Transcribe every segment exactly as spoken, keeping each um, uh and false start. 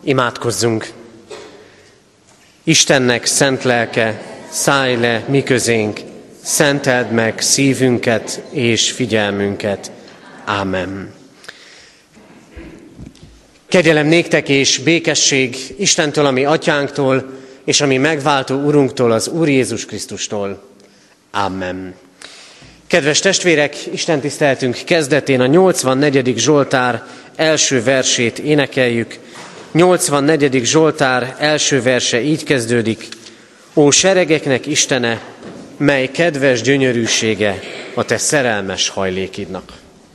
Imádkozzunk! Istennek szent lelke, szállj le mi közénk, szenteld meg szívünket és figyelmünket. Ámen. Kegyelem néktek és békesség Istentől, a mi atyánktól, és a mi megváltó Urunktól, az Úr Jézus Krisztustól. Ámen. Kedves testvérek, Isten tiszteltünk kezdetén a nyolcvannegyedik Zsoltár első versét énekeljük. nyolcvannegyedik Zsoltár első verse így kezdődik. Ó seregeknek Istene, mely kedves gyönyörűsége a te szerelmes hajlékidnak.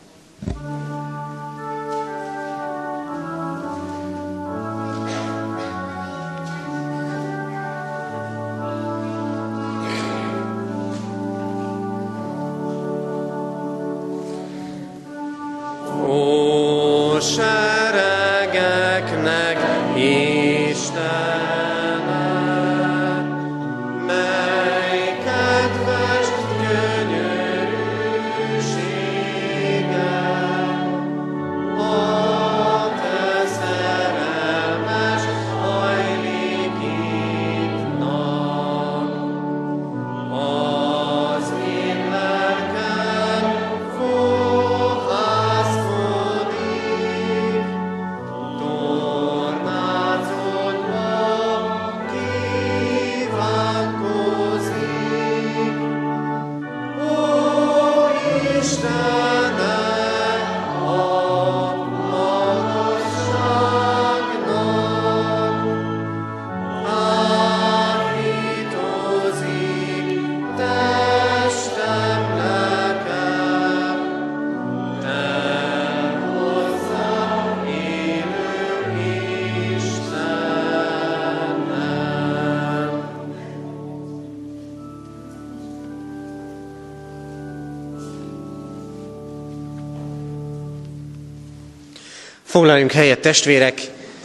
Foglaljunk helyet, testvérek,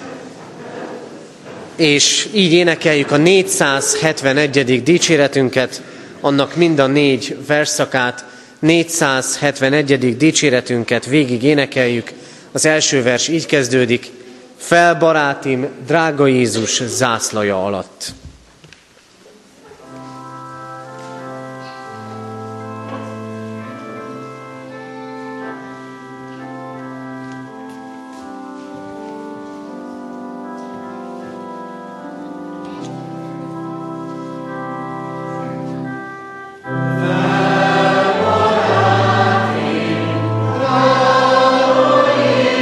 és így énekeljük a négyszázhetvenegyedik dicséretünket, annak mind a négy versszakát, négyszázhetvenegyedik dicséretünket végig énekeljük. Az első vers így kezdődik: fel, barátim, drága Jézus zászlaja alatt.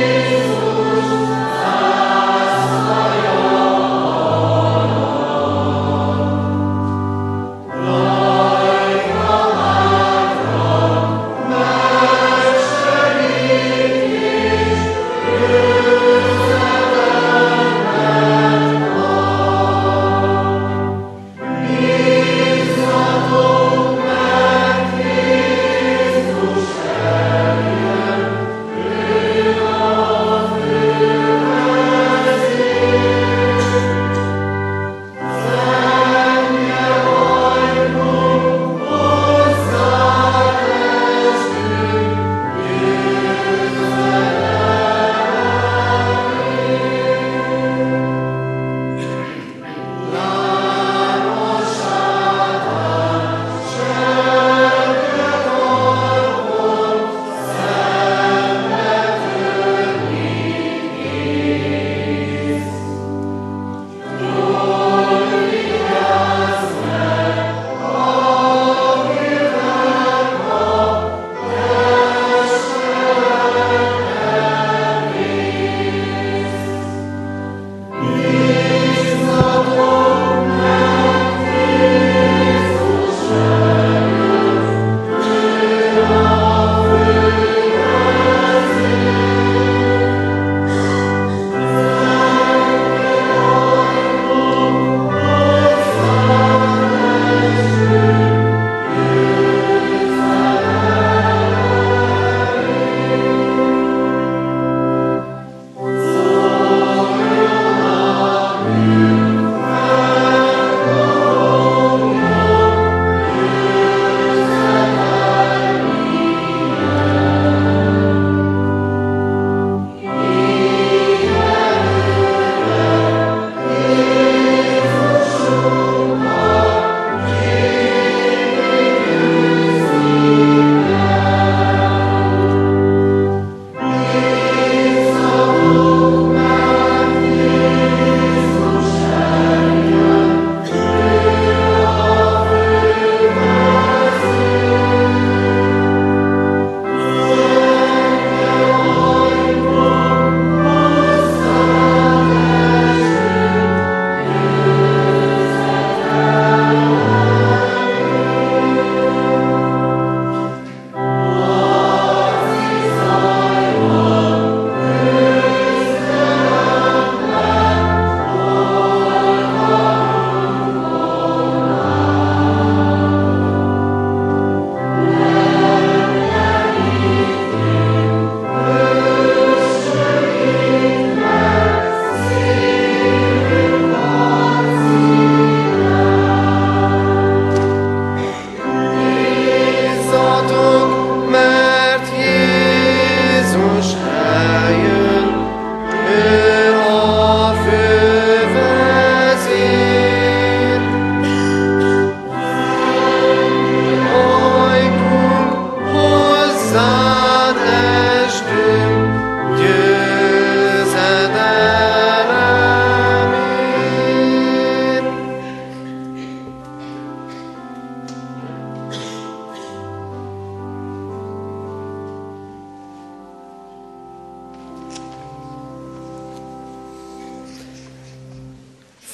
Oh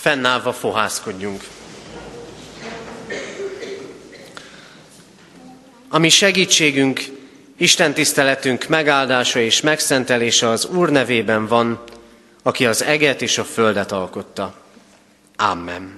Fennállva fohászkodjunk. Ami segítségünk, Isten tiszteletünk megáldása és megszentelése az Úr nevében van, aki az eget és a földet alkotta. Amen.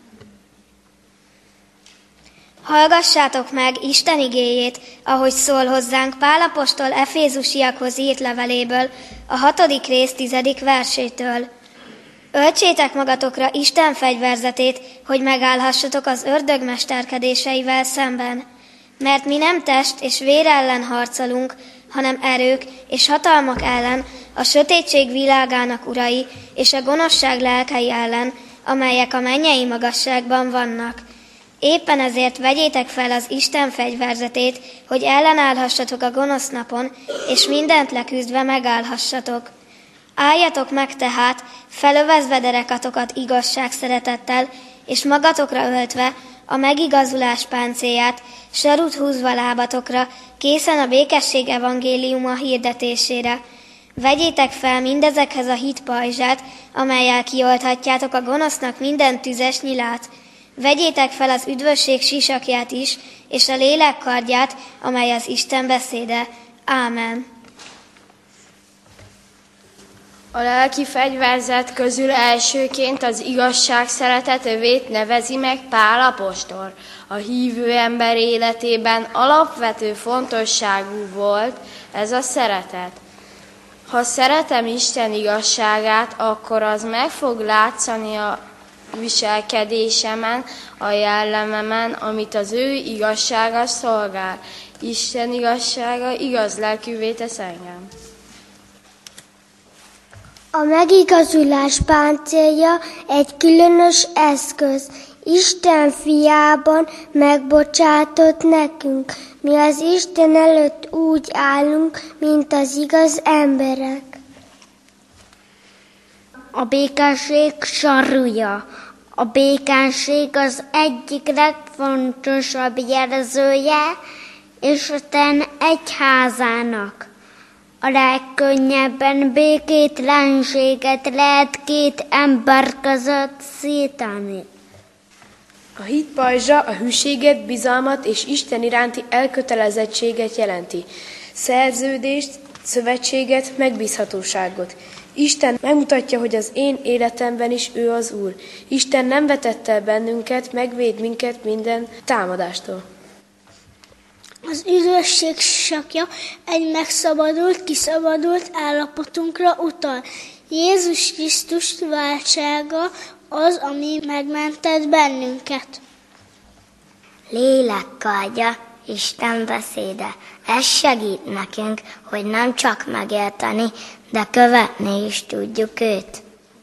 Hallgassátok meg Isten igéjét, ahogy szól hozzánk Pál apostol Efézusiakhoz írt leveléből, a hatodik rész tizedik versétől. Öltsétek magatokra Isten fegyverzetét, hogy megállhassatok az ördög mesterkedéseivel szemben. Mert mi nem test és vér ellen harcolunk, hanem erők és hatalmak ellen, a sötétség világának urai és a gonoszság lelkei ellen, amelyek a mennyei magasságban vannak. Éppen ezért vegyétek fel az Isten fegyverzetét, hogy ellenállhassatok a gonosz napon, és mindent leküzdve megállhassatok. Álljatok meg tehát, felövezve derekatokat igazság szeretettel, és magatokra öltve a megigazulás páncélját, sarut húzva lábatokra, készen a békesség evangéliuma hirdetésére. Vegyétek fel mindezekhez a hit pajzsát, amellyel kiolthatjátok a gonosznak minden tüzes nyilát. Vegyétek fel az üdvösség sisakját is, és a lélek kardját, amely az Isten beszéde. Ámen. A lelki fegyverzet közül elsőként az igazság szeretet övét nevezi meg Pál apostol. A hívő ember életében alapvető fontosságú volt ez a szeretet. Ha szeretem Isten igazságát, akkor az meg fog látszani a viselkedésemen, a jellememen, amit az ő igazsága szolgál. Isten igazsága igaz lelkűvé tesz engem. A megigazulás páncélja egy különös eszköz. Isten fiában megbocsátott nekünk. Mi az Isten előtt úgy állunk, mint az igaz emberek. A békesség sarúja. A békesség az egyik legfontosabb jelzője Isten egyházának. A legkönnyebben békétlenséget lehet két ember között szítani. A hit pajzsa a hűséget, bizalmat és Isten iránti elkötelezettséget jelenti. Szerződést, szövetséget, megbízhatóságot. Isten megmutatja, hogy az én életemben is ő az Úr. Isten nem vetette el bennünket, megvéd minket minden támadástól. Az üdvösség sisakja egy megszabadult, kiszabadult állapotunkra utal. Jézus Krisztus váltsága az, ami megmentett bennünket. Lélek kardja, Isten beszéde. Ez segít nekünk, hogy nem csak megérteni, de követni is tudjuk őt.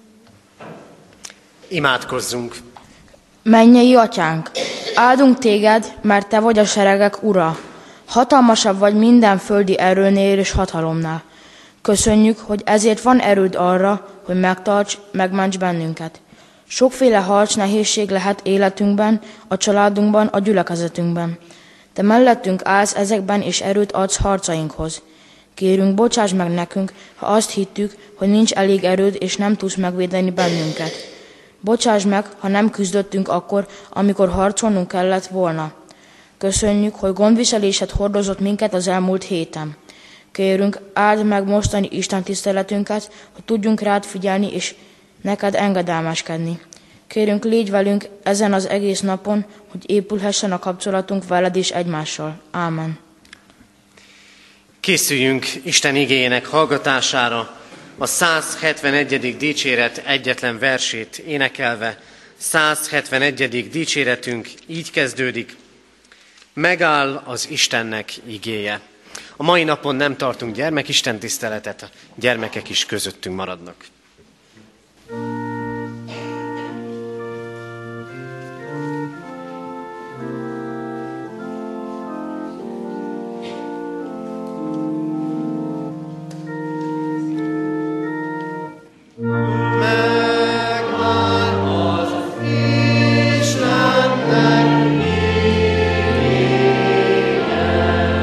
Imádkozzunk! Mennyei Atyánk, áldunk téged, mert te vagy a seregek ura. Hatalmasabb vagy minden földi erőnél és hatalomnál. Köszönjük, hogy ezért van erőd arra, hogy megtarts, megments bennünket. Sokféle harc, nehézség lehet életünkben, a családunkban, a gyülekezetünkben. Te mellettünk állsz ezekben, és erőt adsz harcainkhoz. Kérünk, bocsáss meg nekünk, ha azt hittük, hogy nincs elég erőd, és nem tudsz megvédeni bennünket. Bocsáss meg, ha nem küzdöttünk akkor, amikor harcolnunk kellett volna. Köszönjük, hogy gondviselésed hordozott minket az elmúlt héten. Kérünk, áld meg mostani Isten tiszteletünket, hogy tudjunk rád figyelni és neked engedelmeskedni. Kérünk, légy velünk ezen az egész napon, hogy épülhessen a kapcsolatunk veled és egymással. Ámen. Készüljünk Isten igéjének hallgatására, a száz hetvenegyedik dicséret egyetlen versét énekelve. száz hetvenegyedik dicséretünk így kezdődik: megáll az Istennek igéje. A mai napon nem tartunk gyermekisten tiszteletet, a gyermekek is közöttünk maradnak.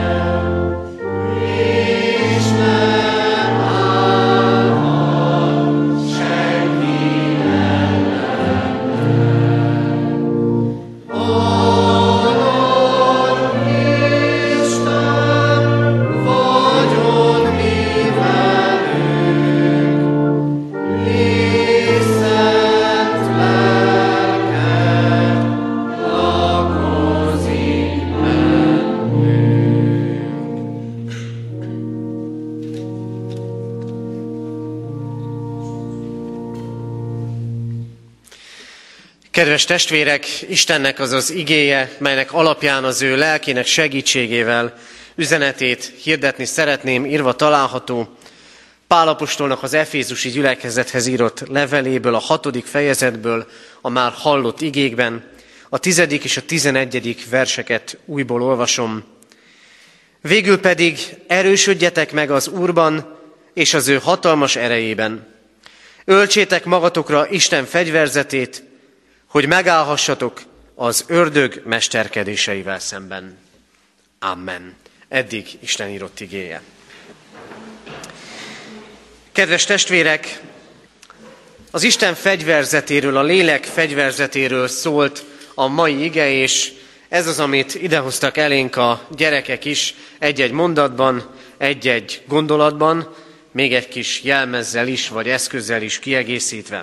Isten Kedves testvérek, Istennek az az igéje, melynek alapján az ő lelkének segítségével üzenetét hirdetni szeretném, írva található Pál apostolnak az efézusi gyülekezethez írott leveléből, a hatodik fejezetből, a már hallott igékben, a tizedik és a tizenegyedik verseket újból olvasom. Végül pedig erősödjetek meg az Úrban és az ő hatalmas erejében. Öltsétek magatokra Isten fegyverzetét, hogy megállhassatok az ördög mesterkedéseivel szemben. Amen. Eddig Isten írott igéje. Kedves testvérek, az Isten fegyverzetéről, a lélek fegyverzetéről szólt a mai ige, és ez az, amit idehoztak elénk a gyerekek is egy-egy mondatban, egy-egy gondolatban, még egy kis jelmezzel is, vagy eszközzel is kiegészítve.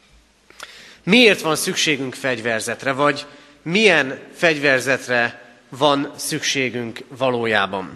Miért van szükségünk fegyverzetre, vagy milyen fegyverzetre van szükségünk valójában?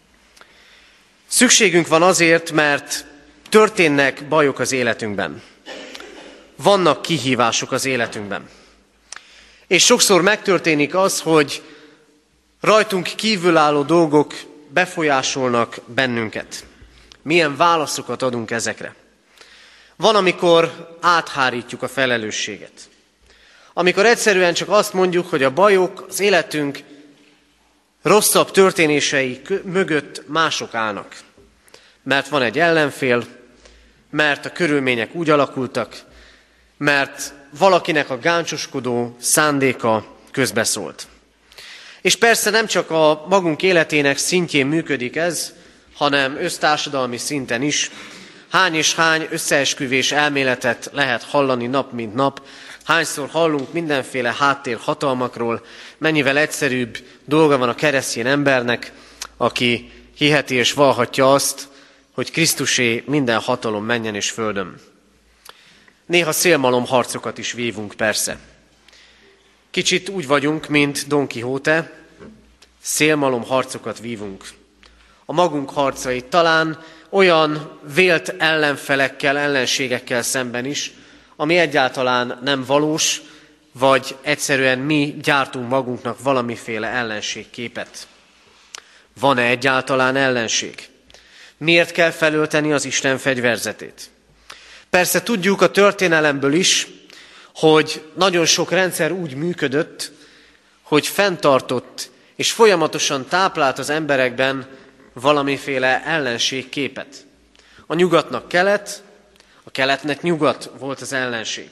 Szükségünk van azért, mert történnek bajok az életünkben. Vannak kihívások az életünkben. És sokszor megtörténik az, hogy rajtunk kívülálló dolgok befolyásolnak bennünket. Milyen válaszokat adunk ezekre? Van, amikor áthárítjuk a felelősséget. Amikor egyszerűen csak azt mondjuk, hogy a bajok, az életünk rosszabb történései mögött mások állnak. Mert van egy ellenfél, mert a körülmények úgy alakultak, mert valakinek a gáncsoskodó szándéka közbeszólt. És persze nem csak a magunk életének szintjén működik ez, hanem össztársadalmi szinten is. Hány és hány összeesküvés elméletet lehet hallani nap mint nap, hányszor hallunk mindenféle háttérhatalmakról, mennyivel egyszerűbb dolga van a keresztény embernek, aki hiheti és vallhatja azt, hogy Krisztusé minden hatalom mennyen és földön. Néha szélmalom harcokat is vívunk persze. Kicsit úgy vagyunk, mint Don Quixote, szélmalom harcokat vívunk. A magunk harcait talán olyan vélt ellenfelekkel, ellenségekkel szemben is, ami egyáltalán nem valós, vagy egyszerűen mi gyártunk magunknak valamiféle ellenségképet. Van-e egyáltalán ellenség? Miért kell felölteni az Isten fegyverzetét? Persze tudjuk a történelemből is, hogy nagyon sok rendszer úgy működött, hogy fenntartott és folyamatosan táplált az emberekben valamiféle ellenségképet. A nyugatnak kelet, a keletnek nyugat volt az ellenség.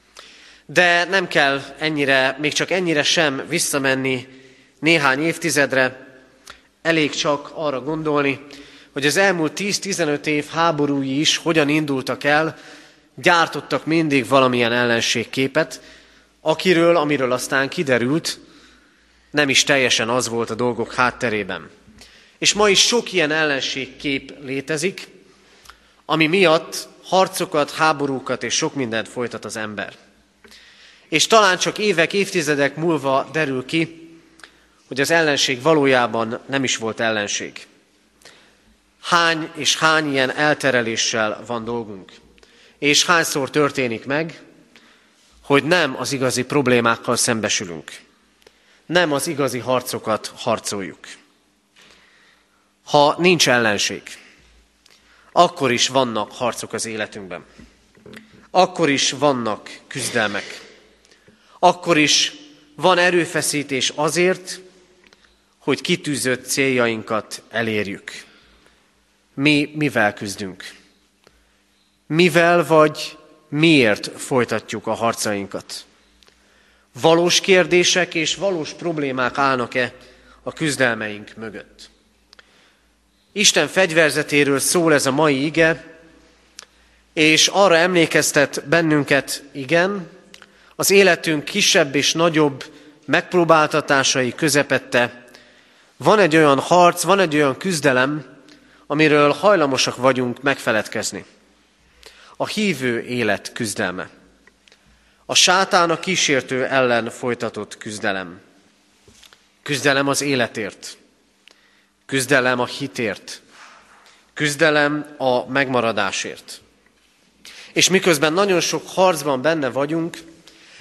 De nem kell ennyire, még csak ennyire sem visszamenni néhány évtizedre, elég csak arra gondolni, hogy az elmúlt tíz-tizenöt év háborúi is hogyan indultak el, gyártottak mindig valamilyen ellenségképet, akiről, amiről aztán kiderült, nem is teljesen az volt a dolgok hátterében. És ma is sok ilyen ellenségkép létezik, ami miatt harcokat, háborúkat és sok mindent folytat az ember. És talán csak évek, évtizedek múlva derül ki, hogy az ellenség valójában nem is volt ellenség. Hány és hány ilyen eltereléssel van dolgunk. És hányszor történik meg, hogy nem az igazi problémákkal szembesülünk. Nem az igazi harcokat harcoljuk. Ha nincs ellenség, akkor is vannak harcok az életünkben. Akkor is vannak küzdelmek. Akkor is van erőfeszítés azért, hogy kitűzött céljainkat elérjük. Mi mivel küzdünk? Mivel vagy miért folytatjuk a harcainkat? Valós kérdések és valós problémák állnak-e a küzdelmeink mögött? Isten fegyverzetéről szól ez a mai ige, és arra emlékeztet bennünket, igen, az életünk kisebb és nagyobb megpróbáltatásai közepette van egy olyan harc, van egy olyan küzdelem, amiről hajlamosak vagyunk megfeledkezni. A hívő élet küzdelme. A sátán a kísértő ellen folytatott küzdelem. Küzdelem az életért. Küzdelem a hitért. Küzdelem a megmaradásért. És miközben nagyon sok harcban benne vagyunk,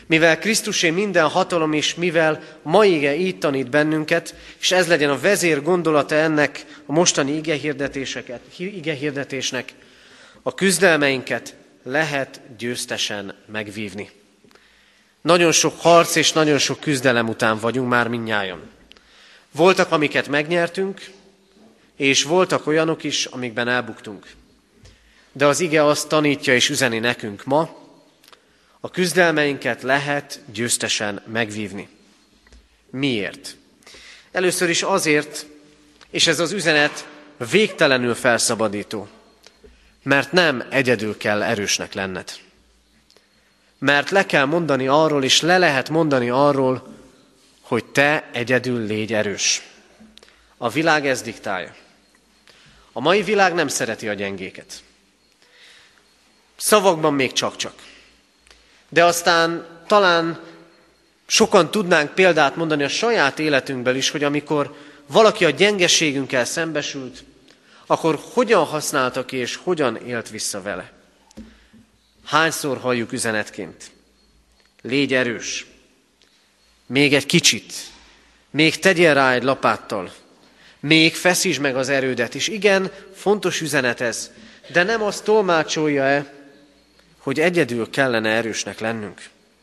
Mivel Krisztusé minden hatalom, és mivel ma ige így tanít bennünket, és ez legyen a vezér gondolata ennek a mostani igehirdetésnek, a küzdelmeinket lehet győztesen megvívni. Nagyon sok harc és nagyon sok küzdelem után vagyunk már mindnyájan. Voltak, amiket megnyertünk, és voltak olyanok is, amikben elbuktunk. De az ige azt tanítja és üzeni nekünk ma, a küzdelmeinket lehet győztesen megvívni. Miért? Először is azért, és ez az üzenet végtelenül felszabadító, mert nem egyedül kell erősnek lenned. Mert le kell mondani arról, és le lehet mondani arról, hogy te egyedül légy erős. A világ ezt diktálja. A mai világ nem szereti a gyengéket. Szavakban még csak-csak. De aztán talán sokan tudnánk példát mondani a saját életünkből is, hogy amikor valaki a gyengeségünkkel szembesült, akkor hogyan használta ki és hogyan élt vissza vele. Hányszor halljuk üzenetként? Légy erős. Még egy kicsit. Még tegyél rá egy lapáttal. Még feszítsd meg az erődet. És igen, fontos üzenet ez. De nem azt tolmácsolja-e, hogy egyedül kellene erősnek lennünk.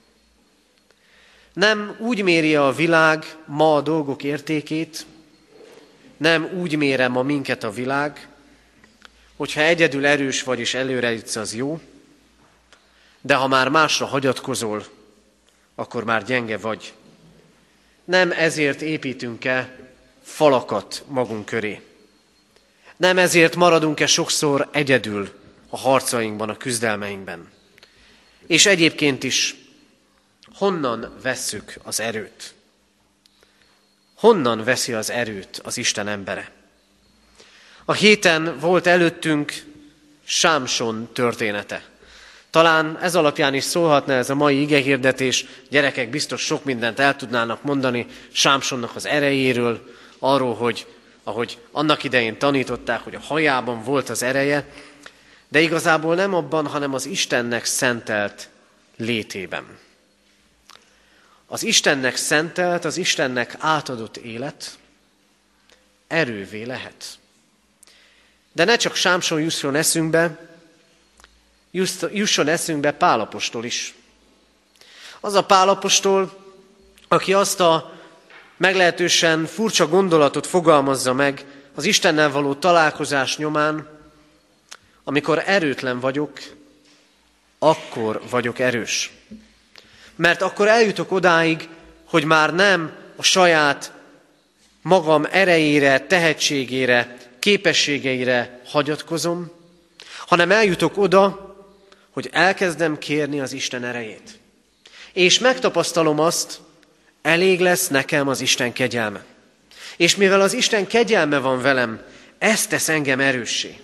Nem úgy méri a világ ma a dolgok értékét, nem úgy mérem ma minket a világ, hogyha egyedül erős vagy és előre jutsz, az jó, de ha már másra hagyatkozol, akkor már gyenge vagy. Nem ezért építünk-e falakat magunk köré. Nem ezért maradunk-e sokszor egyedül a harcainkban, a küzdelmeinkben. És egyébként is, honnan vesszük az erőt? Honnan veszi az erőt az Isten embere? A héten volt előttünk Sámson története. Talán ez alapján is szólhatna ez a mai igehirdetés. Gyerekek biztos sok mindent el tudnának mondani Sámsonnak az erejéről, arról, hogy ahogy annak idején tanították, hogy a hajában volt az ereje, de igazából nem abban, hanem az Istennek szentelt létében. Az Istennek szentelt, az Istennek átadott élet erővé lehet. De ne csak Sámson jusson eszünkbe, jusson eszünkbe Pál apostol is. Az a Pál apostol, aki azt a meglehetősen furcsa gondolatot fogalmazza meg az Istennel való találkozás nyomán, amikor erőtlen vagyok, akkor vagyok erős. Mert akkor eljutok odáig, hogy már nem a saját magam erejére, tehetségére, képességeire hagyatkozom, hanem eljutok oda, hogy elkezdem kérni az Isten erejét. És megtapasztalom azt, elég lesz nekem az Isten kegyelme. És mivel az Isten kegyelme van velem, ez tesz engem erőssé.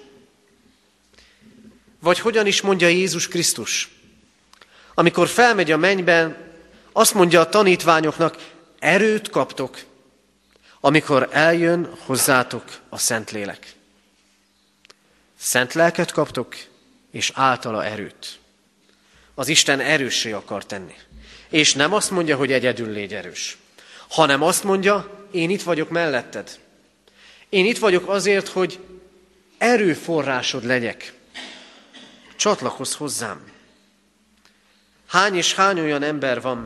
Vagy hogyan is mondja Jézus Krisztus? Amikor felmegy a mennybe, azt mondja a tanítványoknak, erőt kaptok, amikor eljön hozzátok a Szentlélek. Szent lelket kaptok, és általa erőt. Az Isten erőssé akar tenni. És nem azt mondja, hogy egyedül légy erős, hanem azt mondja, én itt vagyok melletted. Én itt vagyok azért, hogy erőforrásod legyek. Csatlakozz hozzám. Hány és hány olyan ember van,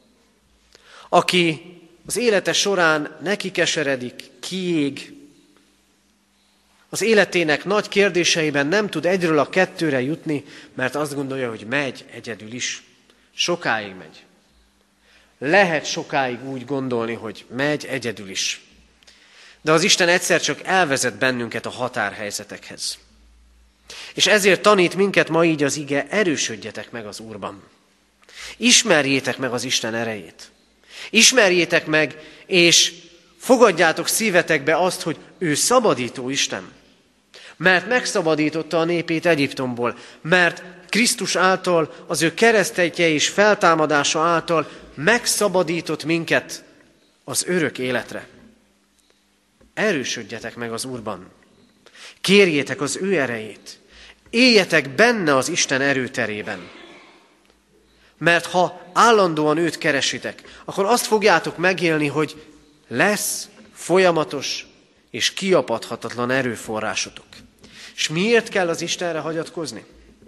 aki az élete során neki keseredik, kiég, az életének nagy kérdéseiben nem tud egyről a kettőre jutni, mert azt gondolja, hogy megy egyedül is. Sokáig megy. Lehet sokáig úgy gondolni, hogy megy egyedül is. De az Isten egyszer csak elvezet bennünket a határhelyzetekhez. És ezért tanít minket ma így az ige, erősödjetek meg az Úrban. Ismerjétek meg az Isten erejét. Ismerjétek meg, és fogadjátok szívetekbe azt, hogy ő szabadító Isten. Mert megszabadította a népét Egyiptomból, mert Krisztus által, az ő keresztetje és feltámadása által megszabadított minket az örök életre. Erősödjetek meg az Úrban. Kérjétek az ő erejét. Éljetek benne az Isten erőterében. Mert ha állandóan őt keresitek, akkor azt fogjátok megélni, hogy lesz folyamatos és kiapadhatatlan erőforrásotok. És miért kell az Istenre hagyatkozni?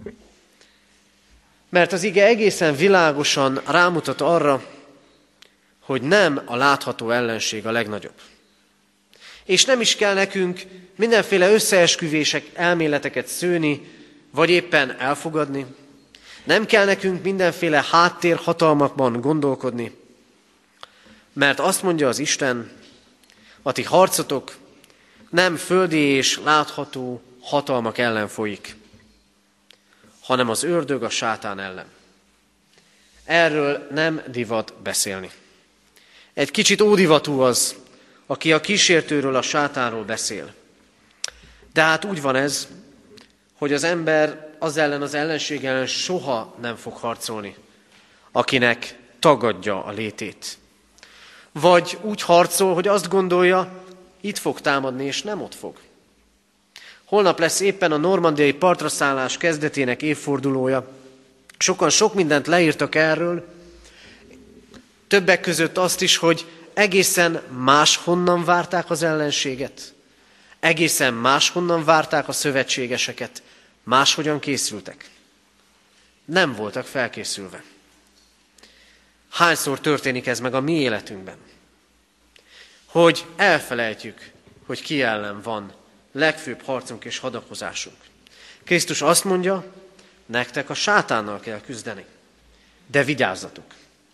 Mert az ige egészen világosan rámutat arra, hogy nem a látható ellenség a legnagyobb. És nem is kell nekünk mindenféle összeesküvések, elméleteket szőni, vagy éppen elfogadni. Nem kell nekünk mindenféle háttérhatalmakban gondolkodni, mert azt mondja az Isten, a ti harcotok nem földi és látható hatalmak ellen folyik, hanem az ördög a sátán ellen. Erről nem divat beszélni. Egy kicsit ódivatú az, aki a kísértőről, a sátánról beszél. De hát úgy van ez, hogy az ember az ellen, az ellenség ellen soha nem fog harcolni, akinek tagadja a létét. Vagy úgy harcol, hogy azt gondolja, itt fog támadni, és nem ott fog. Holnap lesz éppen a normandiai partraszállás kezdetének évfordulója. Sokan sok mindent leírtak erről, többek között azt is, hogy egészen máshonnan várták az ellenséget, egészen máshonnan várták a szövetségeseket, máshogyan készültek. Nem voltak felkészülve. Hányszor történik ez meg a mi életünkben? Hogy elfelejtjük, hogy ki ellen van legfőbb harcunk és hadakozásunk. Krisztus azt mondja, nektek a sátánnal kell küzdeni, de vigyázzatok,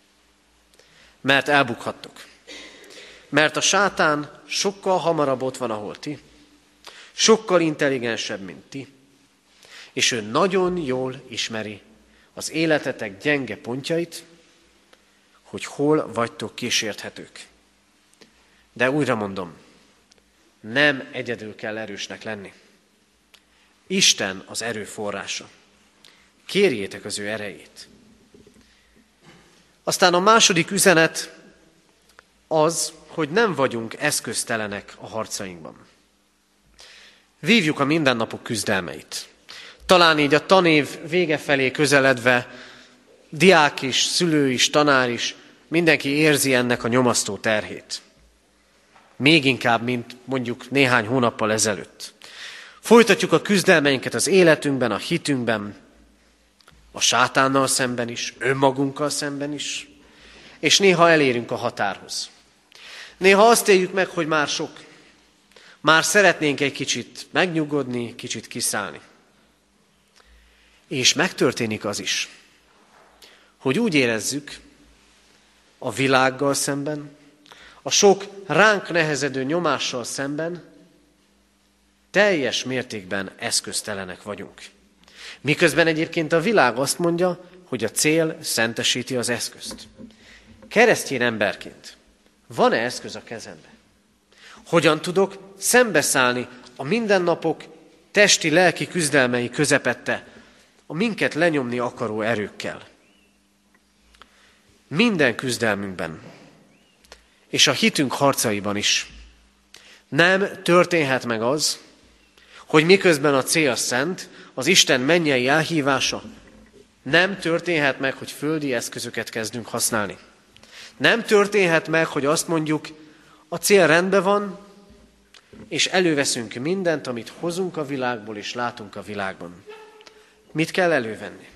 mert elbukhattok. Mert a sátán sokkal hamarabb ott van, ahol ti, sokkal intelligensebb, mint ti, és ő nagyon jól ismeri az életetek gyenge pontjait, hogy hol vagytok kísérthetők. De újra mondom, nem egyedül kell erősnek lenni. Isten az erő forrása. Kérjétek az ő erejét. Aztán a második üzenet az, hogy nem vagyunk eszköztelenek a harcainkban. Vívjuk a mindennapok küzdelmeit. Talán így a tanév vége felé közeledve diák is, szülő is, tanár is, mindenki érzi ennek a nyomasztó terhét. Még inkább, mint mondjuk néhány hónappal ezelőtt. Folytatjuk a küzdelmeinket az életünkben, a hitünkben, a sátánnal szemben is, önmagunkkal szemben is, és néha elérünk a határhoz. Néha azt éljük meg, hogy már sok. Már szeretnénk egy kicsit megnyugodni, kicsit kiszállni. És megtörténik az is, hogy úgy érezzük a világgal szemben, a sok ránk nehezedő nyomással szemben teljes mértékben eszköztelenek vagyunk. Miközben egyébként a világ azt mondja, hogy a cél szentesíti az eszközt. Keresztény emberként van-e eszköz a kezembe? Hogyan tudok szembeszállni a mindennapok testi, lelki küzdelmei közepette a minket lenyomni akaró erőkkel? Minden küzdelmünkben, és a hitünk harcaiban is nem történhet meg az, hogy miközben a cél szent, az Isten mennyei elhívása, nem történhet meg, hogy földi eszközöket kezdünk használni. Nem történhet meg, hogy azt mondjuk, a cél rendben van, és előveszünk mindent, amit hozunk a világból, és látunk a világban. Mit kell elővenni?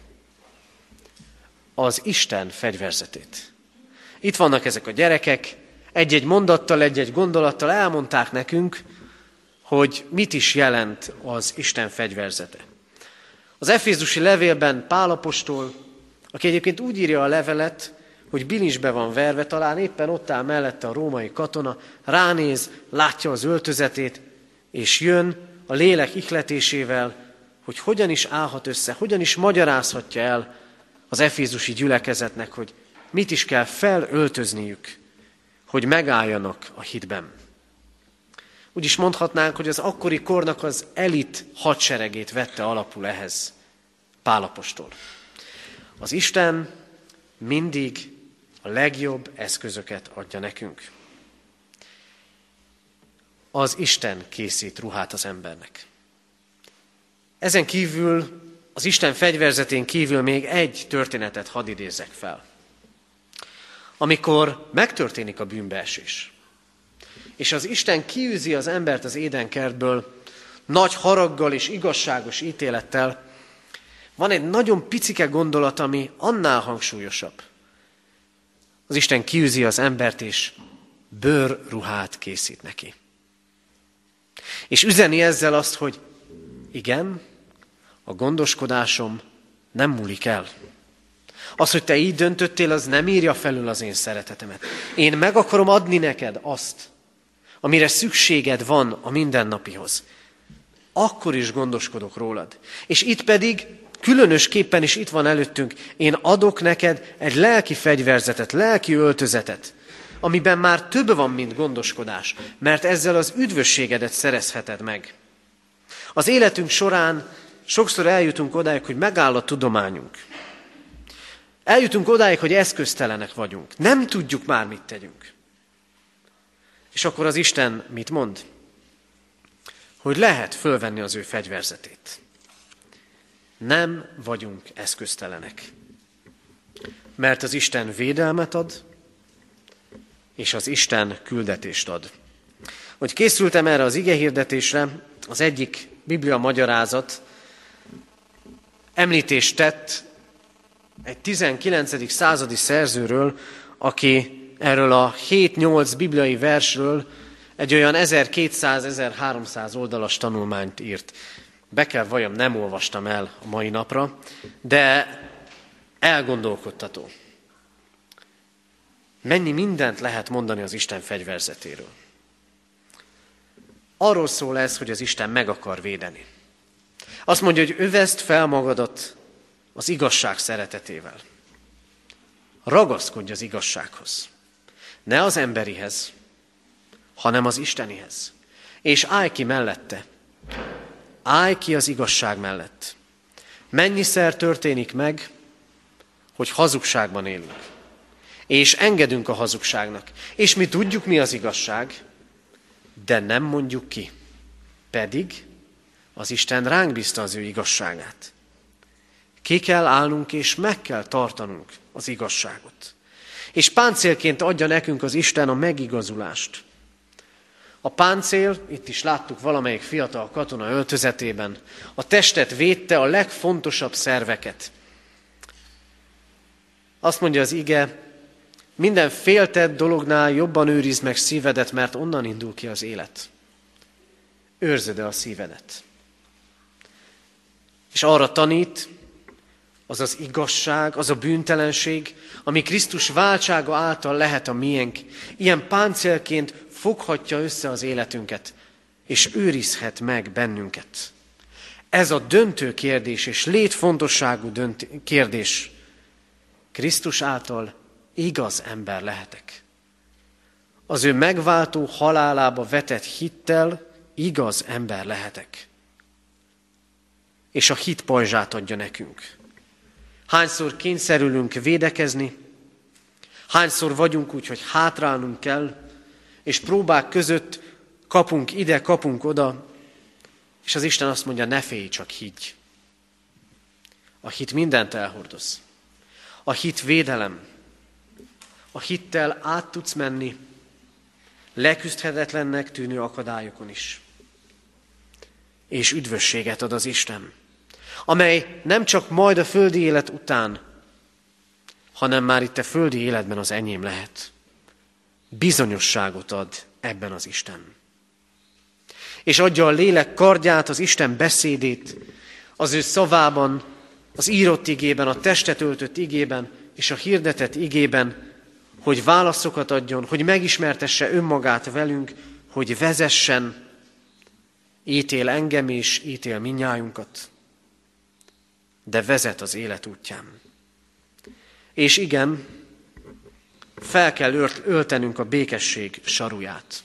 Az Isten fegyverzetét. Itt vannak ezek a gyerekek, egy-egy mondattal, egy-egy gondolattal elmondták nekünk, hogy mit is jelent az Isten fegyverzete. Az efézusi levélben Pál apostol, aki egyébként úgy írja a levelet, hogy bilincsbe van verve, talán éppen ott áll mellette a római katona, ránéz, látja az öltözetét, és jön a lélek ihletésével, hogy hogyan is állhat össze, hogyan is magyarázhatja el az efézusi gyülekezetnek, hogy mit is kell felöltözniük, hogy megálljanak a hitben. Úgy is mondhatnánk, hogy az akkori kornak az elit hadseregét vette alapul ehhez Pál apostol. Az Isten mindig a legjobb eszközöket adja nekünk. Az Isten készít ruhát az embernek. Ezen kívül az Isten fegyverzetén kívül még egy történetet hadd idézzek fel. Amikor megtörténik a bűnbeesés, és az Isten kiűzi az embert az Édenkertből nagy haraggal és igazságos ítélettel, van egy nagyon picike gondolat, ami annál hangsúlyosabb. Az Isten kiűzi az embert, és bőrruhát készít neki. És üzeni ezzel azt, hogy igen, a gondoskodásom nem múlik el. Az, hogy te így döntöttél, az nem írja felül az én szeretetemet. Én meg akarom adni neked azt, amire szükséged van a mindennapihoz. Akkor is gondoskodok rólad. És itt pedig, különösképpen is itt van előttünk, én adok neked egy lelki fegyverzetet, lelki öltözetet, amiben már több van, mint gondoskodás, mert ezzel az üdvösségedet szerezheted meg. Az életünk során sokszor eljutunk odáig, hogy megáll a tudományunk. Eljutunk odáig, hogy eszköztelenek vagyunk. Nem tudjuk már, mit tegyünk. És akkor az Isten mit mond? Hogy lehet fölvenni az ő fegyverzetét. Nem vagyunk eszköztelenek. Mert az Isten védelmet ad, és az Isten küldetést ad. Hogy készültem erre az igehirdetésre, az egyik Biblia magyarázat említést tett egy tizenkilencedik századi szerzőről, aki erről a hét-nyolc bibliai versről egy olyan ezerkétszáz-ezerháromszáz oldalas tanulmányt írt. Be kell valljam, nem olvastam el a mai napra, de elgondolkodtató. Mennyi mindent lehet mondani az Isten fegyverzetéről. Arról szól ez, hogy az Isten meg akar védeni. Azt mondja, hogy övezd fel magadat az igazság szeretetével. Ragaszkodj az igazsághoz. Ne az emberihez, hanem az Istenihez. És állj ki mellette. Állj ki az igazság mellett. Mennyiszer történik meg, hogy hazugságban élünk. És engedünk a hazugságnak. És mi tudjuk, mi az igazság, de nem mondjuk ki. Pedig az Isten ránk bízta az ő igazságát. Ki kell állnunk, és meg kell tartanunk az igazságot. És páncélként adja nekünk az Isten a megigazulást. A páncél, itt is láttuk valamelyik fiatal katona öltözetében, a testet védte, a legfontosabb szerveket. Azt mondja az ige, minden féltett dolognál jobban őrizd meg szívedet, mert onnan indul ki az élet. Őrzöd el a szívedet. És arra tanít, az az igazság, az a bűntelenség, ami Krisztus váltsága által lehet a miénk, ilyen páncélként foghatja össze az életünket, és őrizhet meg bennünket. Ez a döntő kérdés, és létfontosságú dönt- kérdés. Krisztus által igaz ember lehetek. Az ő megváltó halálába vetett hittel igaz ember lehetek. És a hit pajzsát adja nekünk. Hányszor kényszerülünk védekezni, hányszor vagyunk úgy, hogy hátrálnunk kell, és próbák között kapunk ide, kapunk oda, és az Isten azt mondja, ne félj, csak higgy. A hit mindent elhordoz. A hit védelem. A hittel át tudsz menni leküzdhetetlennek tűnő akadályokon is. És üdvösséget ad az Isten, amely nem csak majd a földi élet után, hanem már itt a földi életben az enyém lehet. Bizonyosságot ad ebben az Isten. És adja a lélek kardját, az Isten beszédét, az ő szavában, az írott igében, a testet öltött igében és a hirdetett igében, hogy válaszokat adjon, hogy megismertesse önmagát velünk, hogy vezessen, ítél engem és ítél mindnyájunkat, de vezet az élet útján. És igen, fel kell öltenünk a békesség saruját.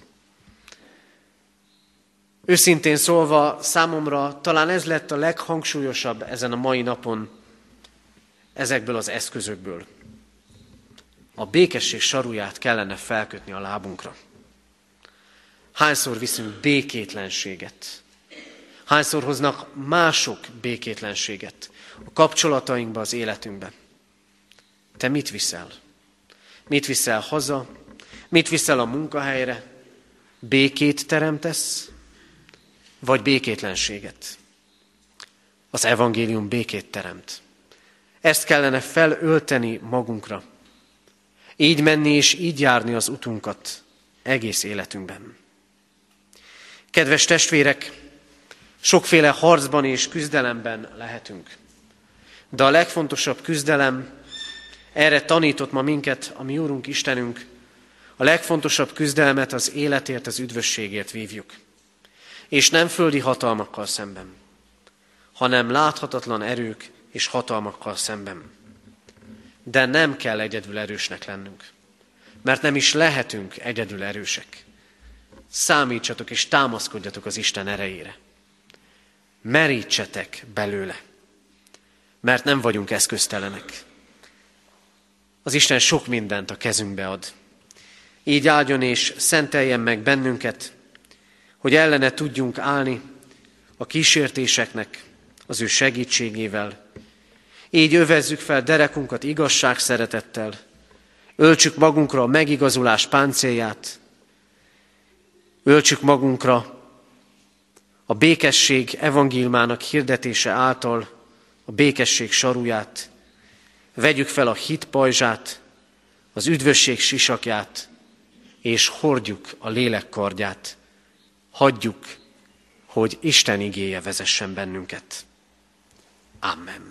Őszintén szólva, számomra talán ez lett a leghangsúlyosabb ezen a mai napon ezekből az eszközökből. A békesség saruját kellene felkötni a lábunkra. Hányszor viszünk békétlenséget? Hányszor hoznak mások békétlenséget? a kapcsolatainkba, az életünkbe. Te mit viszel? Mit viszel haza? Mit viszel a munkahelyre? Békét teremtesz, vagy békétlenséget? Az evangélium békét teremt. Ezt kellene felölteni magunkra. Így menni és így járni az utunkat egész életünkben. Kedves testvérek, sokféle harcban és küzdelemben lehetünk. De a legfontosabb küzdelem, erre tanított ma minket a mi Úrunk Istenünk, a legfontosabb küzdelmet az életért, az üdvösségért vívjuk. És nem földi hatalmakkal szemben, hanem láthatatlan erők és hatalmakkal szemben. De nem kell egyedül erősnek lennünk, mert nem is lehetünk egyedül erősek. Számítsatok és támaszkodjatok az Isten erejére. Merítsetek belőle, mert nem vagyunk eszköztelenek. Az Isten sok mindent a kezünkbe ad. Így áldjon és szenteljen meg bennünket, hogy ellene tudjunk állni a kísértéseknek az ő segítségével. Így övezzük fel derekunkat igazság szeretettel, öltsük magunkra a megigazulás páncélját, öltsük magunkra a békesség evangéliumának hirdetése által a békesség saruját, vegyük fel a hit pajzsát, az üdvösség sisakját, és hordjuk a lélek kardját. Hagyjuk, hogy Isten igéje vezessen bennünket. Amen.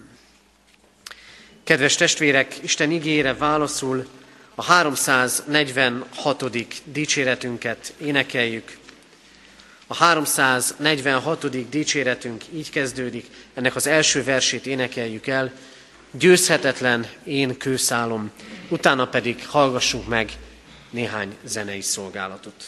Kedves testvérek, Isten igéjére válaszul a háromszáznegyvenhatodik dicséretünket énekeljük. A háromszáznegyvenhatodik dicséretünk így kezdődik, ennek az első versét énekeljük el. Győzhetetlen én kőszálom, utána pedig hallgassunk meg néhány zenei szolgálatot.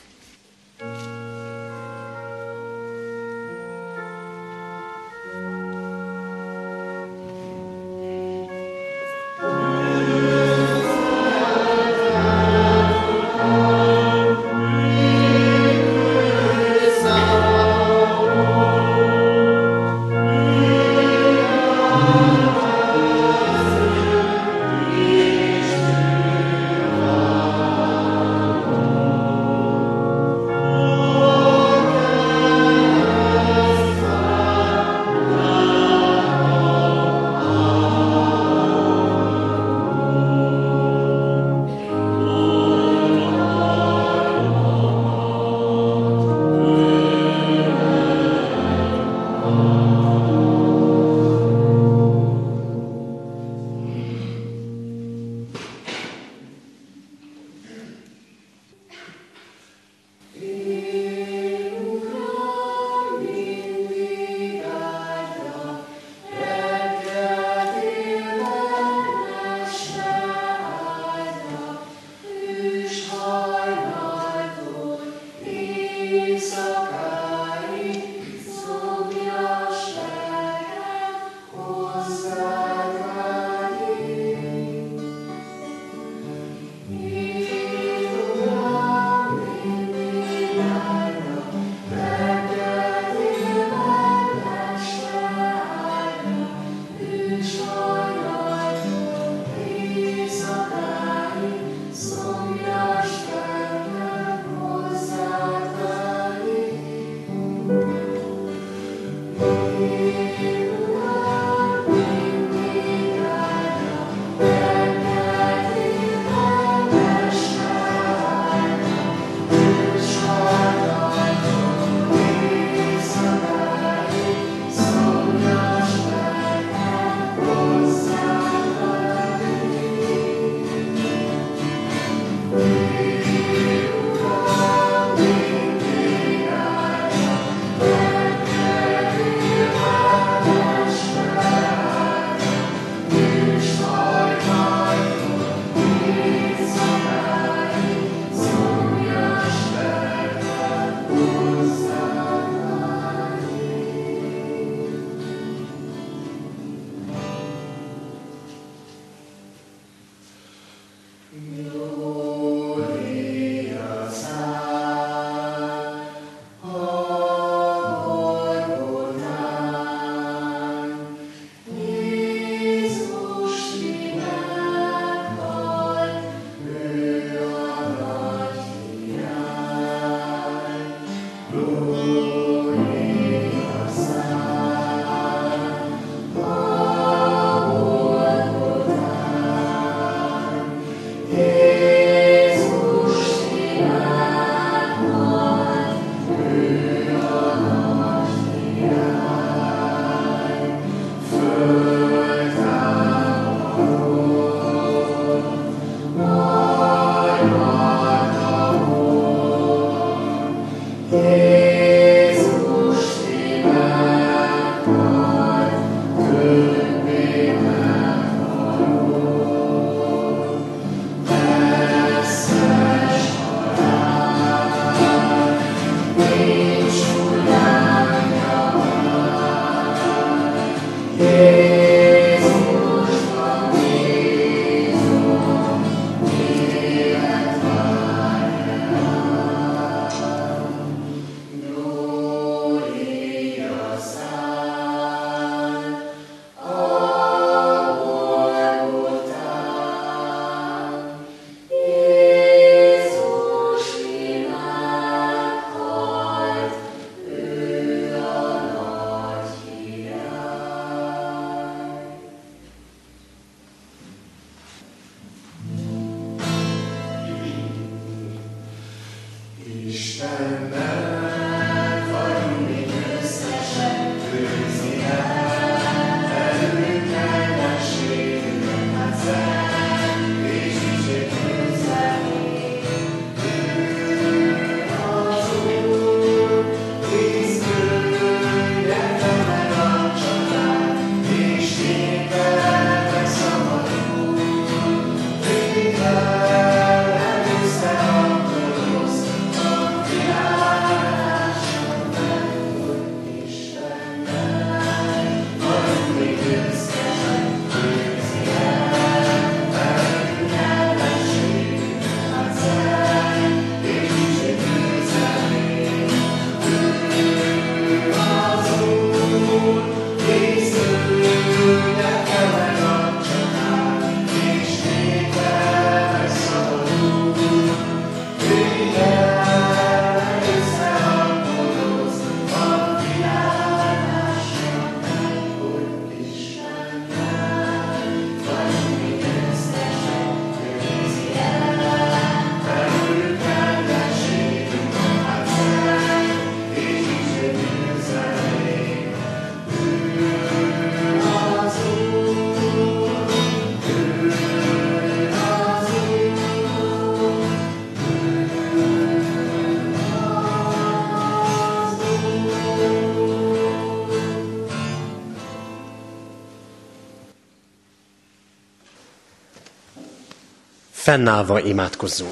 Fennállva imádkozzunk.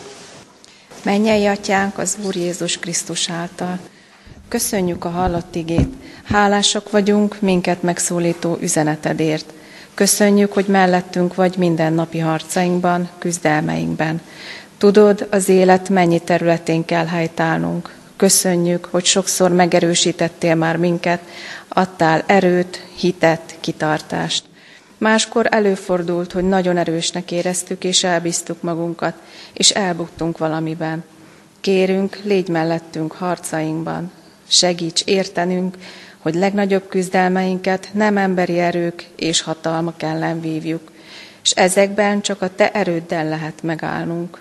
Mennyei Atyánk az Úr Jézus Krisztus által. Köszönjük a hallott igét. Hálásak vagyunk minket megszólító üzenetedért. Köszönjük, hogy mellettünk vagy mindennapi harcainkban, küzdelmeinkben. Tudod, az élet mennyi területén kell helytállnunk. Köszönjük, hogy sokszor megerősítettél már minket, adtál erőt, hitet, kitartást. Máskor előfordult, hogy nagyon erősnek éreztük, és elbíztuk magunkat, és elbuktunk valamiben. Kérünk, légy mellettünk harcainkban. Segíts értenünk, hogy legnagyobb küzdelmeinket nem emberi erők és hatalmak ellen vívjuk, és ezekben csak a Te erőddel lehet megállnunk.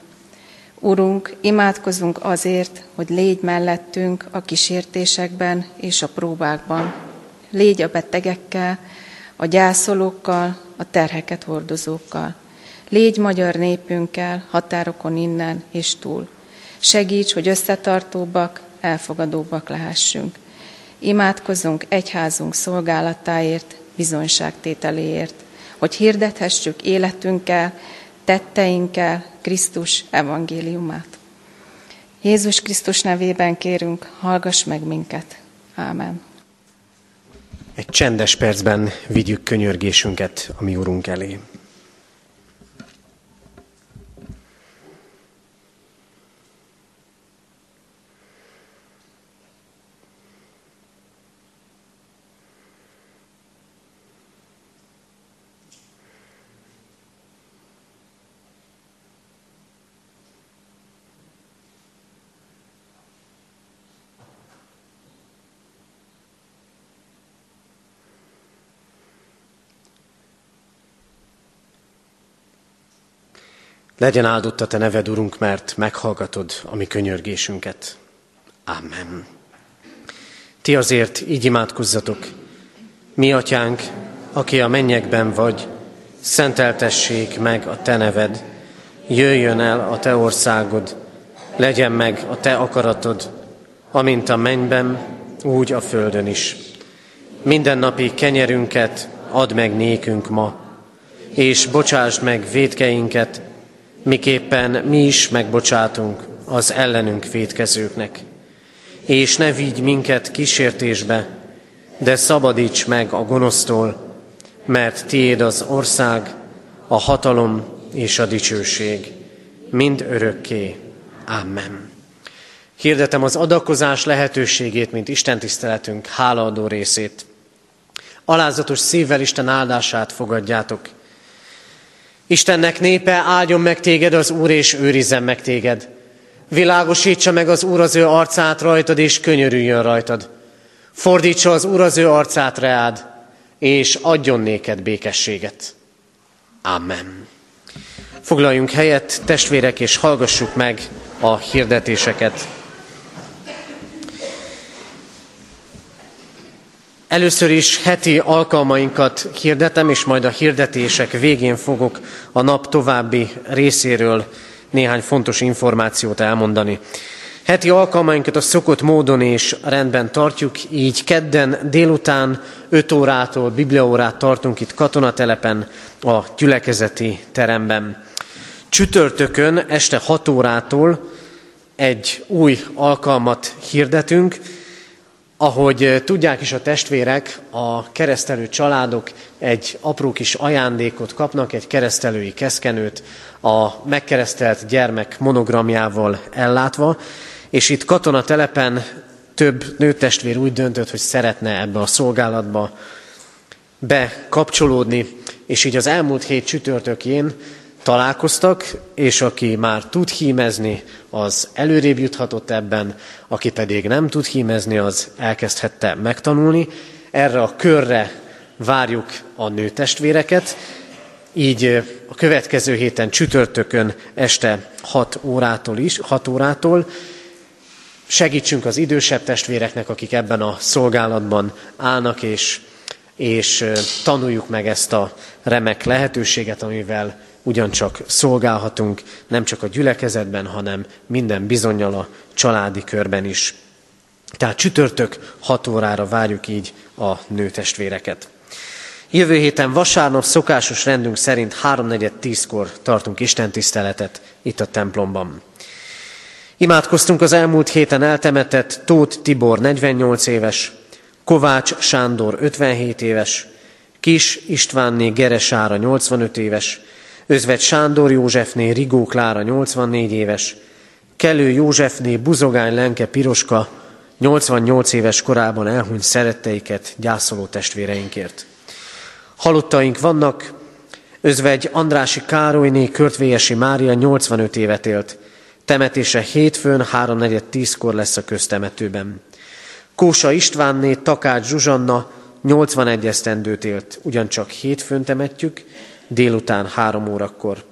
Urunk, imádkozunk azért, hogy légy mellettünk a kísértésekben és a próbákban. Légy a betegekkel, a gyászolókkal, a terheket hordozókkal. Légy magyar népünkkel, határokon innen és túl. Segíts, hogy összetartóbbak, elfogadóbbak lehessünk. Imádkozzunk egyházunk szolgálatáért, bizonyságtételéért, hogy hirdethessük életünkkel, tetteinkkel Krisztus evangéliumát. Jézus Krisztus nevében kérünk, hallgass meg minket. Ámen. Egy csendes percben vigyük könyörgésünket a mi Urunk elé. Legyen áldott a Te neved, Urunk, mert meghallgatod a mi könyörgésünket. Amen. Ti azért így imádkozzatok. Mi, Atyánk, aki a mennyekben vagy, szenteltessék meg a Te neved, jöjjön el a Te országod, legyen meg a Te akaratod, amint a mennyben, úgy a földön is. Mindennapi kenyerünket add meg nékünk ma, és bocsásd meg vétkeinket, miképpen mi is megbocsátunk az ellenünk vétkezőknek. És ne vigy minket kísértésbe, de szabadíts meg a gonosztól, mert tiéd az ország, a hatalom és a dicsőség, mind örökké. Amen. Hirdetem az adakozás lehetőségét, mint istentiszteletünk hálaadó részét. Alázatos szívvel Isten áldását fogadjátok. Istennek népe, áldjon meg téged az Úr, és őrizzen meg téged. Világosítsa meg az Úr az ő arcát rajtad, és könyörüljön rajtad. Fordítsa az Úr az ő arcát reád, és adjon néked békességet. Amen. Foglaljunk helyet, testvérek, és hallgassuk meg a hirdetéseket. Először is heti alkalmainkat hirdetem, és majd a hirdetések végén fogok a nap további részéről néhány fontos információt elmondani. Heti alkalmainkat a szokott módon és rendben tartjuk, így kedden délután öt órától bibliaórát tartunk itt katonatelepen a gyülekezeti teremben. Csütörtökön este hat órától egy új alkalmat hirdetünk. Ahogy tudják is a testvérek, a keresztelő családok egy apró kis ajándékot kapnak, egy keresztelői keszkenőt a megkeresztelt gyermek monogramjával ellátva, és itt katonatelepen több nőtestvér úgy döntött, hogy szeretne ebbe a szolgálatba bekapcsolódni, és így az elmúlt hét csütörtökjén találkoztak, és aki már tud hímezni, az előrébb juthatott ebben, aki pedig nem tud hímezni, az elkezdhette megtanulni. Erre a körre várjuk a nőtestvéreket, így a következő héten csütörtökön este hat órától is, hat órától segítsünk az idősebb testvéreknek, akik ebben a szolgálatban állnak, és, és tanuljuk meg ezt a remek lehetőséget, amivel ugyancsak szolgálhatunk, nem csak a gyülekezetben, hanem minden bizonnyal a családi körben is. Tehát csütörtök hat órára várjuk így a nőtestvéreket. Jövő héten vasárnap szokásos rendünk szerint háromnegyed tízkor tartunk istentiszteletet itt a templomban. Imádkoztunk az elmúlt héten eltemetett Tóth Tibor negyvennyolc éves, Kovács Sándor ötvenhét éves, Kis Istvánné Geresára nyolcvanöt éves, Özvegy Sándor Józsefné Rigó Klára nyolcvannégy éves, Kellő Józsefné Buzogány Lenke Piroska nyolcvannyolc éves korában elhunyt szeretteiket gyászoló testvéreinkért. Halottaink vannak, Özvegy Andrási Károlyné Körtvélyesi Mária nyolcvanöt évet élt, temetése hétfőn háromnegyed tízkor lesz a köztemetőben. Kósa Istvánné Takács Zsuzsanna nyolcvanegy esztendőt élt, ugyancsak hétfőn temetjük, délután három órakor.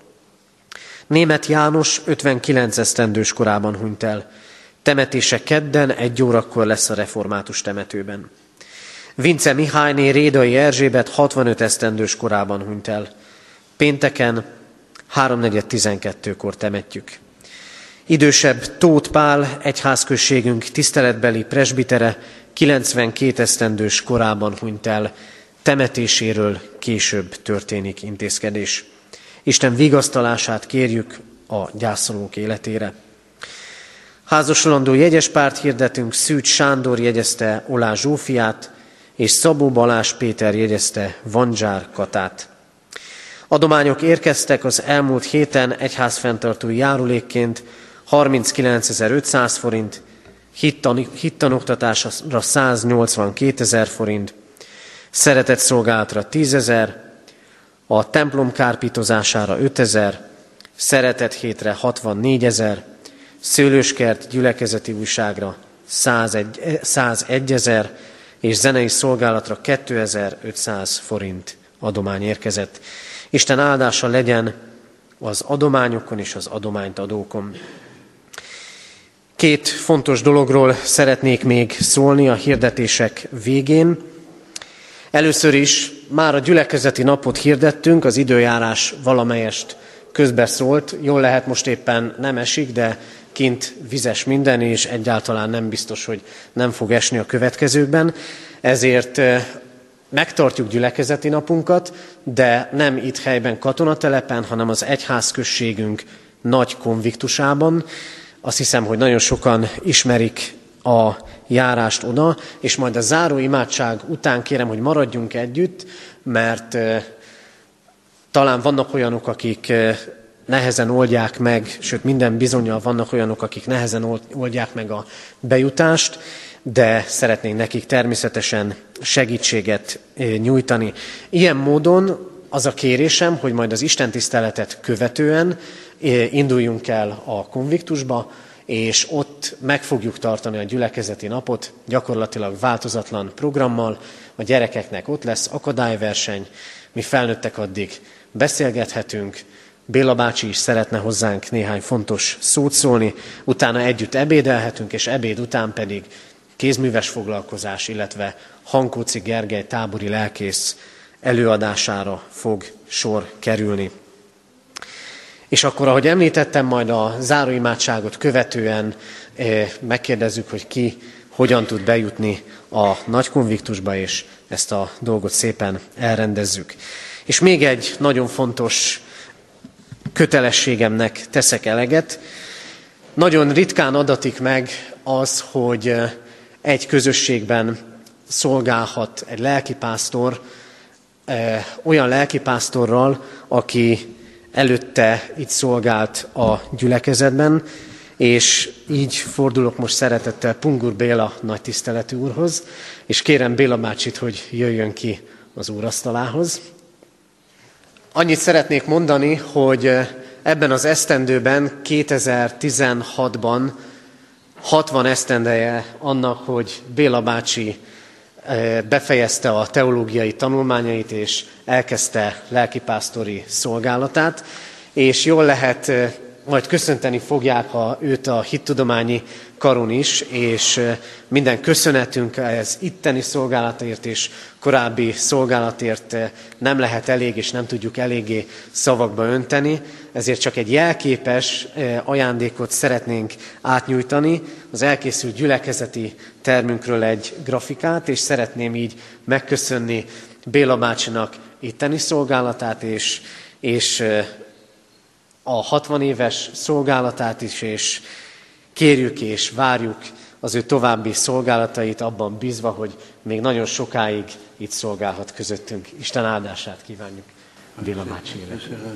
Németh János ötvenkilenc esztendős korában hunyt el. Temetése kedden egy órakor lesz a református temetőben. Vince Mihályné Rédai Erzsébet hatvanöt esztendős korában hunyt el. Pénteken háromnegyed tizenkettőkor temetjük. Idősebb Tóth Pál egyházközségünk tiszteletbeli presbitere kilencvenkét esztendős korában hunyt el. Temetéséről később történik intézkedés. Isten vigasztalását kérjük a gyászolók életére. Házasolandó jegyespárt hirdetünk, Szűcs Sándor jegyezte Olá Zsófiát, és Szabó Balázs Péter jegyezte Vandzsár Katát. Adományok érkeztek az elmúlt héten egyházfenntartói járulékként harminckilencezer-ötszáz forint, hittanoktatásra száznyolcvankétezer forint, szeretetszolgálatra tízezer, a templom kárpítozására ötezer, szeretet hétre hatvannégyezer, szőlőskert gyülekezeti újságra százegyezer, és zenei szolgálatra kétezer-ötszáz forint adomány érkezett. Isten áldása legyen az adományokon és az adományt adókon. Két fontos dologról szeretnék még szólni a hirdetések végén. Először is már a gyülekezeti napot hirdettünk, az időjárás valamelyest közbeszólt. Jól lehet, most éppen nem esik, de kint vizes minden, és egyáltalán nem biztos, hogy nem fog esni a következőkben. Ezért megtartjuk gyülekezeti napunkat, de nem itt helyben katonatelepen, hanem az egyházközségünk nagy konviktusában. Azt hiszem, hogy nagyon sokan ismerik a járást oda, és majd a záró imádság után kérem, hogy maradjunk együtt, mert uh, talán vannak olyanok, akik uh, nehezen oldják meg, sőt minden bizonnyal vannak olyanok, akik nehezen oldják meg a bejutást, de szeretnénk nekik természetesen segítséget uh, nyújtani. Ilyen módon az a kérésem, hogy majd az istentiszteletet követően uh, induljunk el a konviktusba, és ott meg fogjuk tartani a gyülekezeti napot, gyakorlatilag változatlan programmal. A gyerekeknek ott lesz akadályverseny, mi felnőttek addig beszélgethetünk, Béla bácsi is szeretne hozzánk néhány fontos szót szólni, utána együtt ebédelhetünk, és ebéd után pedig kézműves foglalkozás, illetve Hankóczi Gergely tábori lelkész előadására fog sor kerülni. És akkor, ahogy említettem, majd a záróimádságot követően megkérdezzük, hogy ki hogyan tud bejutni a nagy konviktusba, és ezt a dolgot szépen elrendezzük. És még egy nagyon fontos kötelességemnek teszek eleget. Nagyon ritkán adatik meg az, hogy egy közösségben szolgálhat egy lelkipásztor olyan lelkipásztorral, aki előtte itt szolgált a gyülekezetben, és így fordulok most szeretettel Pungur Béla nagy tiszteletű úrhoz, és kérem Béla bácsit, hogy jöjjön ki az úrasztalához. Annyit szeretnék mondani, hogy ebben az esztendőben, kétezer-tizenhatban hatvan esztendeje annak, hogy Béla bácsi befejezte a teológiai tanulmányait, és elkezdte lelkipásztori szolgálatát, és jól lehet, majd köszönteni fogják a, őt a hittudományi karon is, és minden köszönetünk ez itteni szolgálatért és korábbi szolgálatért nem lehet elég, és nem tudjuk eléggé szavakba önteni, ezért csak egy jelképes ajándékot szeretnénk átnyújtani, az elkészült gyülekezeti termünkről egy grafikát, és szeretném így megköszönni Béla bácsinak itteni szolgálatát, és, és a hatvan éves szolgálatát is, és kérjük és várjuk az ő további szolgálatait abban bízva, hogy még nagyon sokáig itt szolgálhat közöttünk. Isten áldását kívánjuk Béla bácsire.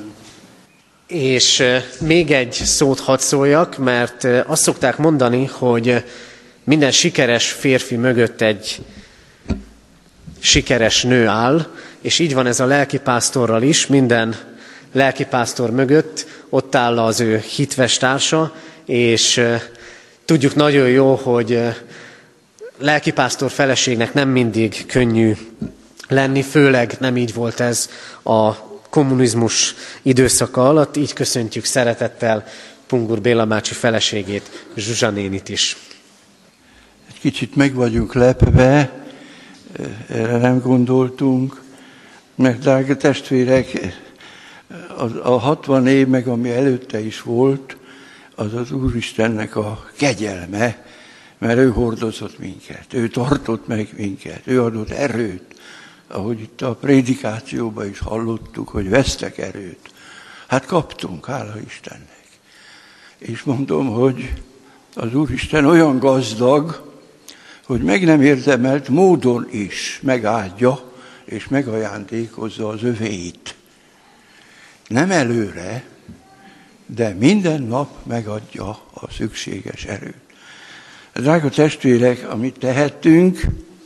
És még egy szót hadd szóljak, mert azt szokták mondani, hogy minden sikeres férfi mögött egy sikeres nő áll, és így van ez a lelkipásztorral is, minden lelkipásztor mögött ott áll az ő hitves társa, és tudjuk nagyon jó, hogy lelkipásztor feleségnek nem mindig könnyű lenni, főleg nem így volt ez a kommunizmus időszaka alatt, így köszöntjük szeretettel Pungur Béla bácsi feleségét, Zsuzsa nénit is. Egy kicsit meg vagyunk lepve, erre nem gondoltunk, mert drága testvérek, a hatvan év, meg ami előtte is volt, az az Úristennek a kegyelme, mert ő hordozott minket, ő tartott meg minket, ő adott erőt, ahogy itt a prédikációban is hallottuk, hogy vesztek erőt. Hát kaptunk, hála Istennek. És mondom, hogy az Úristen olyan gazdag, hogy meg nem érdemelt módon is megáldja és megajándékozza az övéit. Nem előre, de minden nap megadja a szükséges erőt. Drága testvérek, amit tehettünk,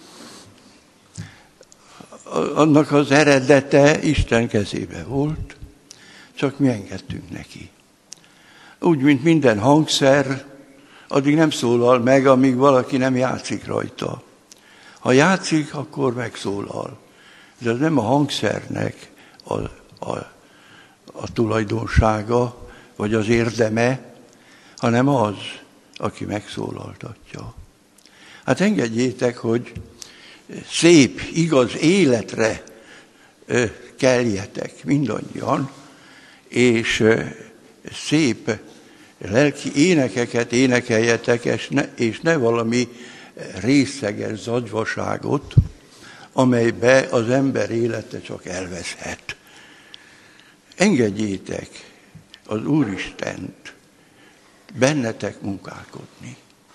annak az eredete Isten kezébe volt, csak mi engedtünk neki. Úgy, mint minden hangszer, addig nem szólal meg, amíg valaki nem játszik rajta. Ha játszik, akkor megszólal. De az nem a hangszernek a, a, a tulajdonsága, vagy az érdeme, hanem az, aki megszólaltatja. Hát engedjétek, hogy szép, igaz életre keljetek mindannyian, és szép lelki énekeket énekeljetek, és ne, és ne valami részeges zagyvaságot, amelybe az ember élete csak elveszhet. Engedjétek az Úristent bennetek munkálkodni.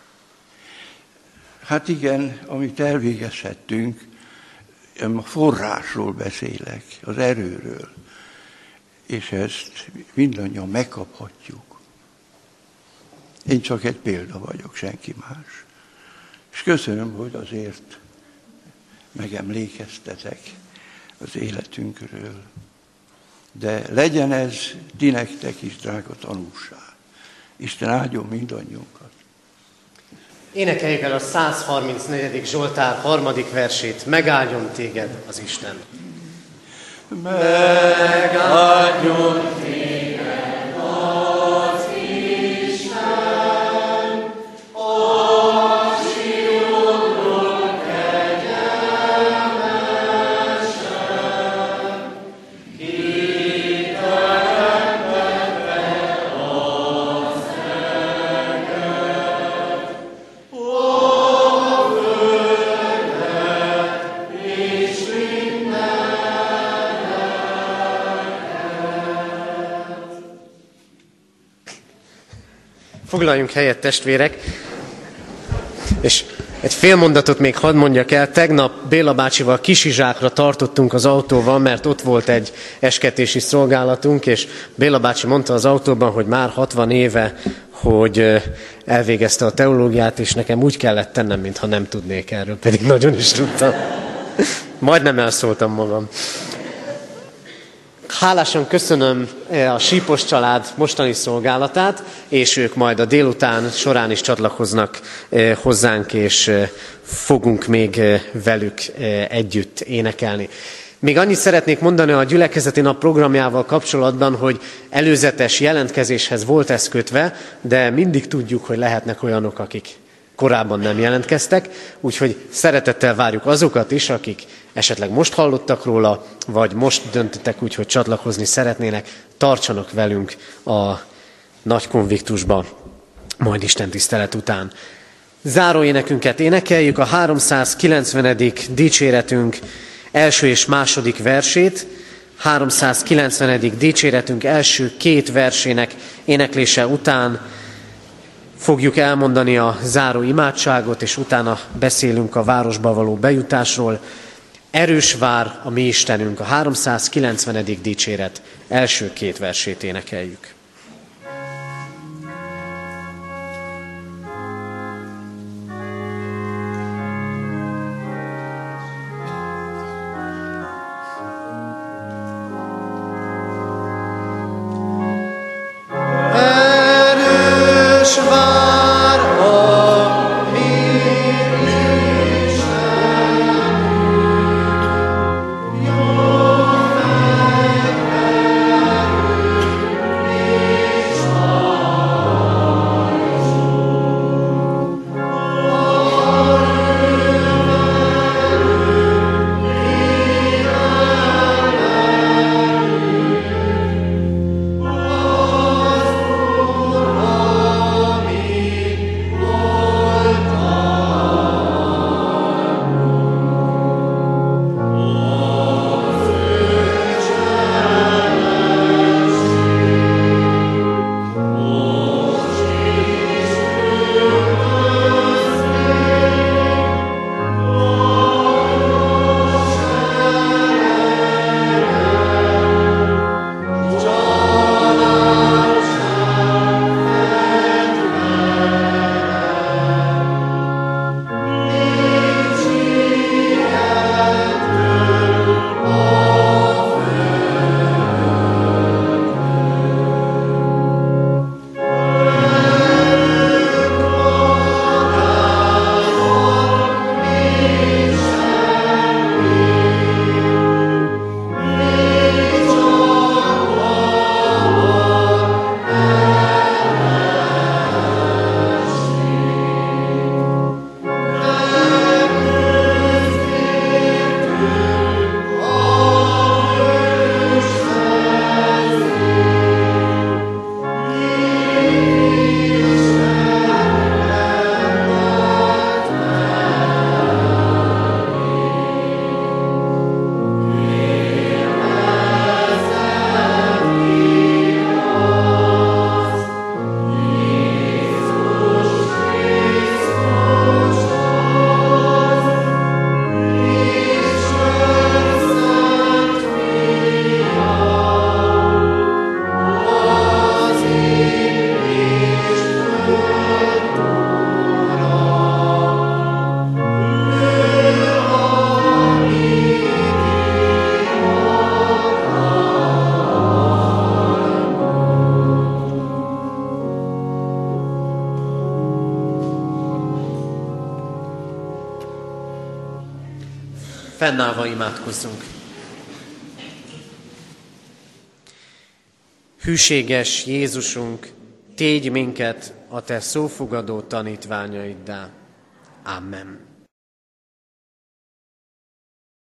Hát igen, amit elvégezhettünk, a forrásról beszélek, az erőről, és ezt mindannyian megkaphatjuk. Én csak egy példa vagyok, senki más. És köszönöm, hogy azért megemlékeztetek az életünkről. De legyen ez ti nektek is drága tanulság. Isten áldjon mindannyiunkat. Énekeljük el a száz harmincnegyedik Zsoltár harmadik versét. Megáldjon téged az Isten. Megáldjon téged. Oh, Foglaljunk helyet, testvérek, és egy fél mondatot még hadd mondjak el. Tegnap Béla bácsival Kisizsákra tartottunk az autóval, mert ott volt egy esketési szolgálatunk, és Béla bácsi mondta az autóban, hogy már hatvan éve, hogy elvégezte a teológiát, és nekem úgy kellett tennem, mintha nem tudnék erről, pedig nagyon is tudtam. Majdnem elszóltam magam. Hálásan köszönöm a Sípos család mostani szolgálatát, és ők majd a délután során is csatlakoznak hozzánk, és fogunk még velük együtt énekelni. Még annyit szeretnék mondani a gyülekezeti nap programjával kapcsolatban, hogy előzetes jelentkezéshez volt ez kötve, de mindig tudjuk, hogy lehetnek olyanok, akik korábban nem jelentkeztek, úgyhogy szeretettel várjuk azokat is, akik esetleg most hallottak róla, vagy most döntöttek úgy, hogy csatlakozni szeretnének, tartsanak velünk a nagy konviktusba, majd Isten tisztelet után. Záró énekünket énekeljük, a háromszázkilencvenedik dicséretünk első és második versét, háromszázkilencvenedik dicséretünk első két versének éneklése után fogjuk elmondani a záró imádságot, és utána beszélünk a városba való bejutásról. Erős vár a mi Istenünk, a háromszázkilencvenedik dicséret első két versét énekeljük. Fennállva imádkozzunk. Hűséges Jézusunk, tégy minket a Te szófogadó tanítványaiddá. Amen.